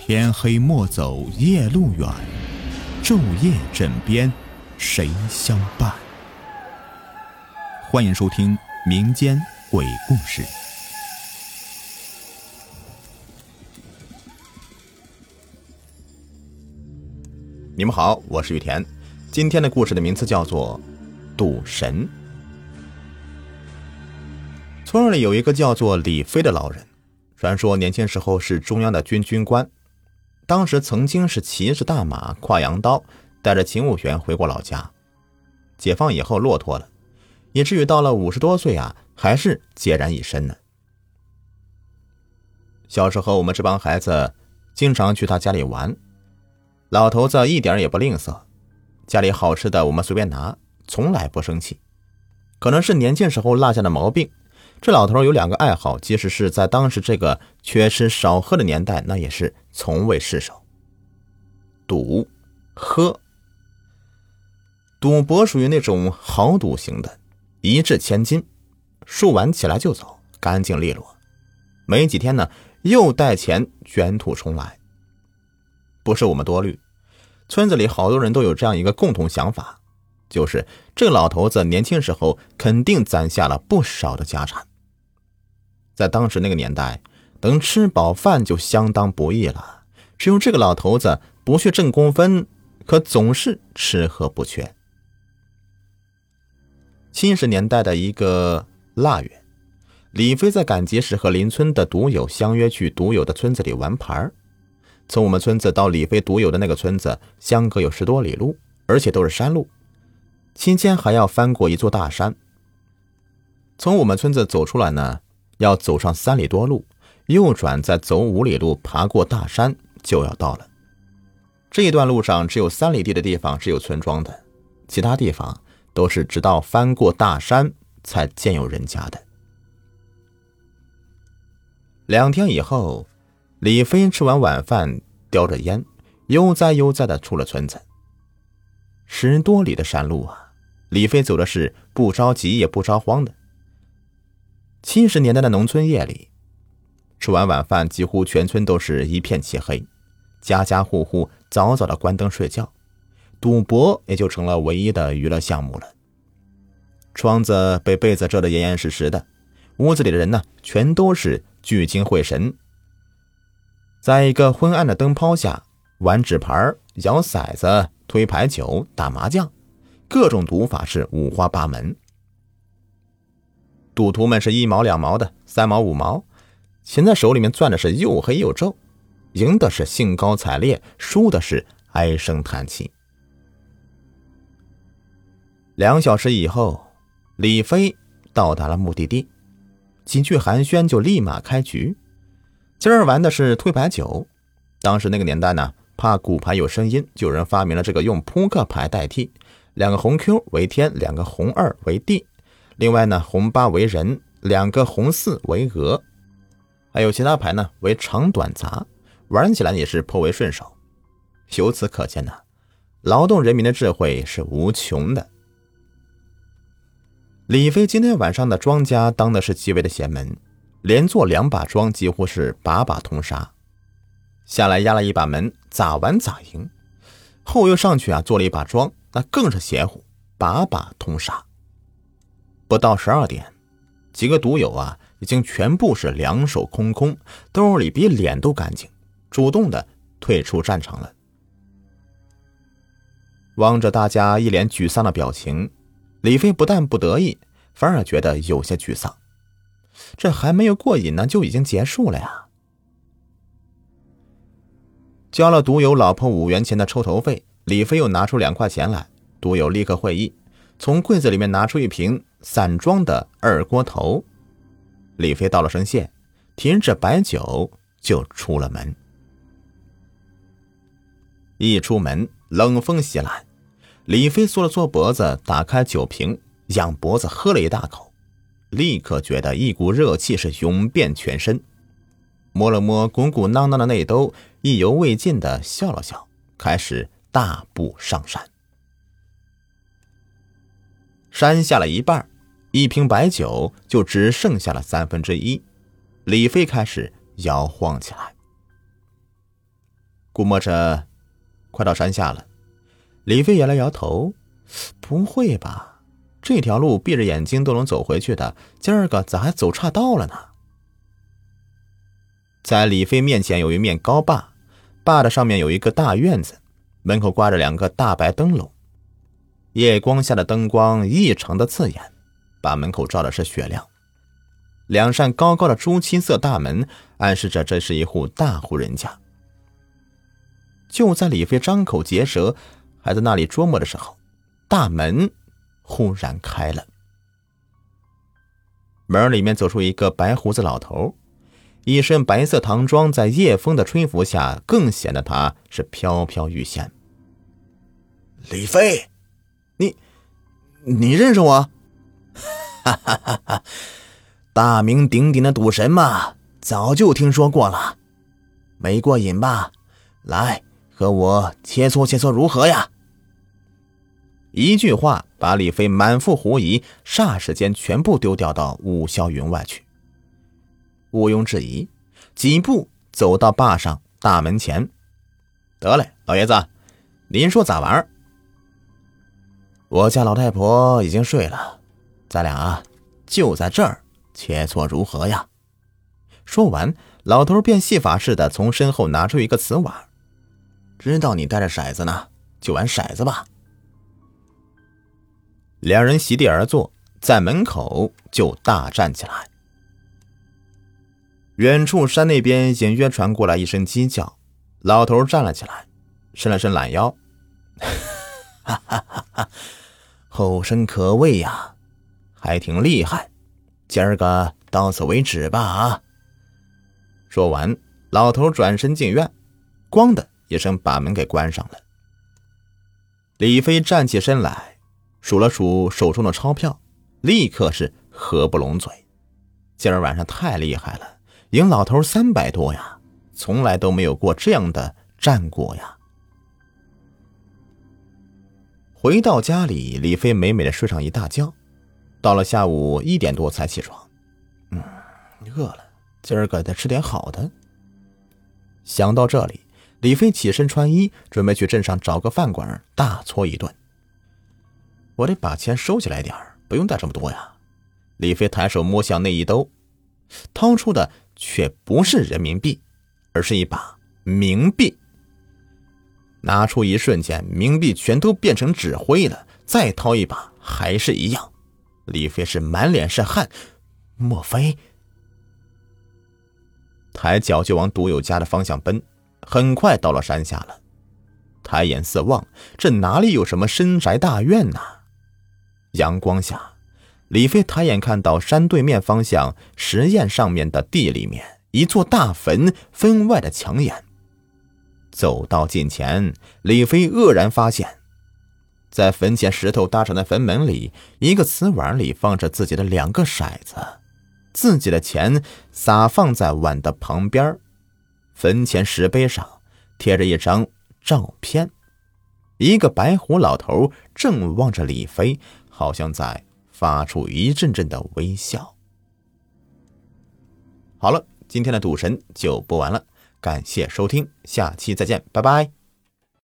天黑莫走夜路远，昼夜枕边谁相伴？欢迎收听民间鬼故事。 你们好，我是玉田。今天的故事的名字叫做赌神。村里有一个叫做李飞的老人，传说年轻时候是中央的军官，当时曾经是骑着大马挎洋刀，带着勤务员回过老家。解放以后落拓了，以至于到了50多岁还是孑然一身呢。小时候我们这帮孩子经常去他家里玩，老头子一点也不吝啬，家里好吃的我们随便拿，从来不生气。可能是年轻时候落下的毛病，这老头有2个爱好，即使是在当时这个缺吃少喝的年代，那也是从未失手。赌、喝。赌博属于那种豪赌型的，一掷千金，输完起来就走，干净利落。没几天呢，又带钱卷土重来。不是我们多虑，村子里好多人都有这样一个共同想法，就是这个老头子年轻时候肯定攒下了不少的家产。在当时那个年代，能吃饱饭就相当不易了，只有这个老头子不去挣工分，可总是吃喝不缺。70年代的一个腊月，李飞在赶集时和邻村的赌友相约去赌友的村子里玩牌。从我们村子到李飞赌友的那个村子相隔有10多里路，而且都是山路，期间还要翻过一座大山。从我们村子走出来呢，要走上3里多路，右转再走5里路，爬过大山就要到了。这一段路上只有3里地的地方是有村庄的，其他地方都是直到翻过大山才见有人家的。2天以后，李飞吃完晚饭，叼着烟，悠哉悠哉地出了村子。10多里的山路李飞走的是不着急也不着慌的。70年代的农村夜里，吃完晚饭，几乎全村都是一片漆黑，家家户户早早的关灯睡觉，赌博也就成了唯一的娱乐项目了。窗子被被子遮得严严实实的，屋子里的人呢，全都是聚精会神，在一个昏暗的灯泡下玩纸牌、摇骰子、推牌九、打麻将，各种赌法是五花八门。赌徒们是1毛2毛的，3毛5毛，钱在手里面攥的是又黑又皱，赢的是兴高采烈，输的是唉声叹气。2小时以后，李飞到达了目的地，几句寒暄就立马开局。今儿玩的是推牌九，当时那个年代呢，怕骨牌有声音，就有人发明了这个用扑克牌代替，2个红 Q 为天，2个红2为地，另外呢，红8为人，2个红4为鹅，还有其他牌呢为长短杂，玩起来也是颇为顺手。由此可见呢，劳动人民的智慧是无穷的。李飞今天晚上的庄家当的是极为的邪门，连做2把庄，几乎是把把通杀。下来压了1把门，咋玩咋赢。后又上去做了1把庄，那更是邪乎，把把通杀。不到12点，几个赌友已经全部是两手空空，兜里比脸都干净，主动的退出战场了。望着大家一脸沮丧的表情，李飞不但不得意，反而觉得有些沮丧。这还没有过瘾呢，就已经结束了呀。交了赌友老婆5元钱的抽头费，李飞又拿出2块钱来，赌友立刻会意，从柜子里面拿出一瓶散装的二锅头。李飞道了声谢，提着白酒就出了门。一出门，冷风袭来，李飞缩了缩脖子，打开酒瓶，仰脖子喝了一大口，立刻觉得一股热气是涌遍全身。摸了摸鼓鼓囊囊的内兜，意犹未尽的笑了笑，开始大步上山。山下了一半，一瓶白酒就只剩下了1/3，李飞开始摇晃起来。 估摸着快到山下了。李飞摇了摇头，不会吧，这条路闭着眼睛都能走回去的，今儿个咋还走岔道了呢？在李飞面前有一面高坝，坝的上面有一个大院子，门口挂着2个大白灯笼，夜光下的灯光异常的刺眼，把门口照的是雪亮。2扇高高的朱漆色大门暗示着这是一户大户人家。就在李飞张口结舌还在那里琢磨的时候，大门忽然开了，门里面走出一个白胡子老头，一身白色唐装，在夜风的吹拂下更显得他是飘飘欲仙。 李飞，你认识我？哈哈哈哈，大名鼎鼎的赌神嘛，早就听说过了。没过瘾吧？来，和我切磋切磋如何呀？ 一句话把李飞满腹狐疑霎时间全部丢掉到雾霄云外去。毋庸置疑，几步走到坝上大门前。得嘞，老爷子，您说咋玩？ 我家老太婆已经睡了，咱俩就在这儿切磋如何呀？ 说完，老头便戏法似的从身后拿出一个瓷碗。 知道你带着骰子呢，就玩骰子吧。 2人席地而坐，在门口就大战起来。远处山那边隐约传过来一声鸡叫，老头站了起来，伸了伸懒腰， 哈哈哈哈，后生可畏呀，还挺厉害，今儿个到此为止吧啊！ 说完，老头转身进院，咣的一声把门给关上了。李飞站起身来，数了数手中的钞票，立刻是合不拢嘴。今儿晚上太厉害了，赢老头300多呀，从来都没有过这样的战果呀。回到家里，李飞美美的睡上一大觉，到了下午1点多才起床。饿了，今儿个得吃点好的。想到这里，李飞起身穿衣，准备去镇上找个饭馆大搓一顿。我得把钱收起来点儿，不用带这么多呀。李飞抬手摸向内衣兜，掏出的却不是人民币，而是一把冥币。拿出一瞬间，冥币全都变成纸灰了，再掏一把还是一样。李飞是满脸是汗，莫非？抬脚就往赌友家的方向奔，很快到了山下了。抬眼四望，这哪里有什么深宅大院呢？阳光下，李飞抬眼看到山对面方向石堰上面的地里面一座大坟，分外的抢眼。走到近前，李飞愕然发现，在坟前石头搭成的坟门里，一个瓷碗里放着自己的2个骰子，自己的钱撒放在碗的旁边。坟前石碑上贴着一张照片，一个白胡老头正望着李飞，好像在发出一阵阵的微笑。好了，今天的赌神就播完了，感谢收听，下期再见，拜拜。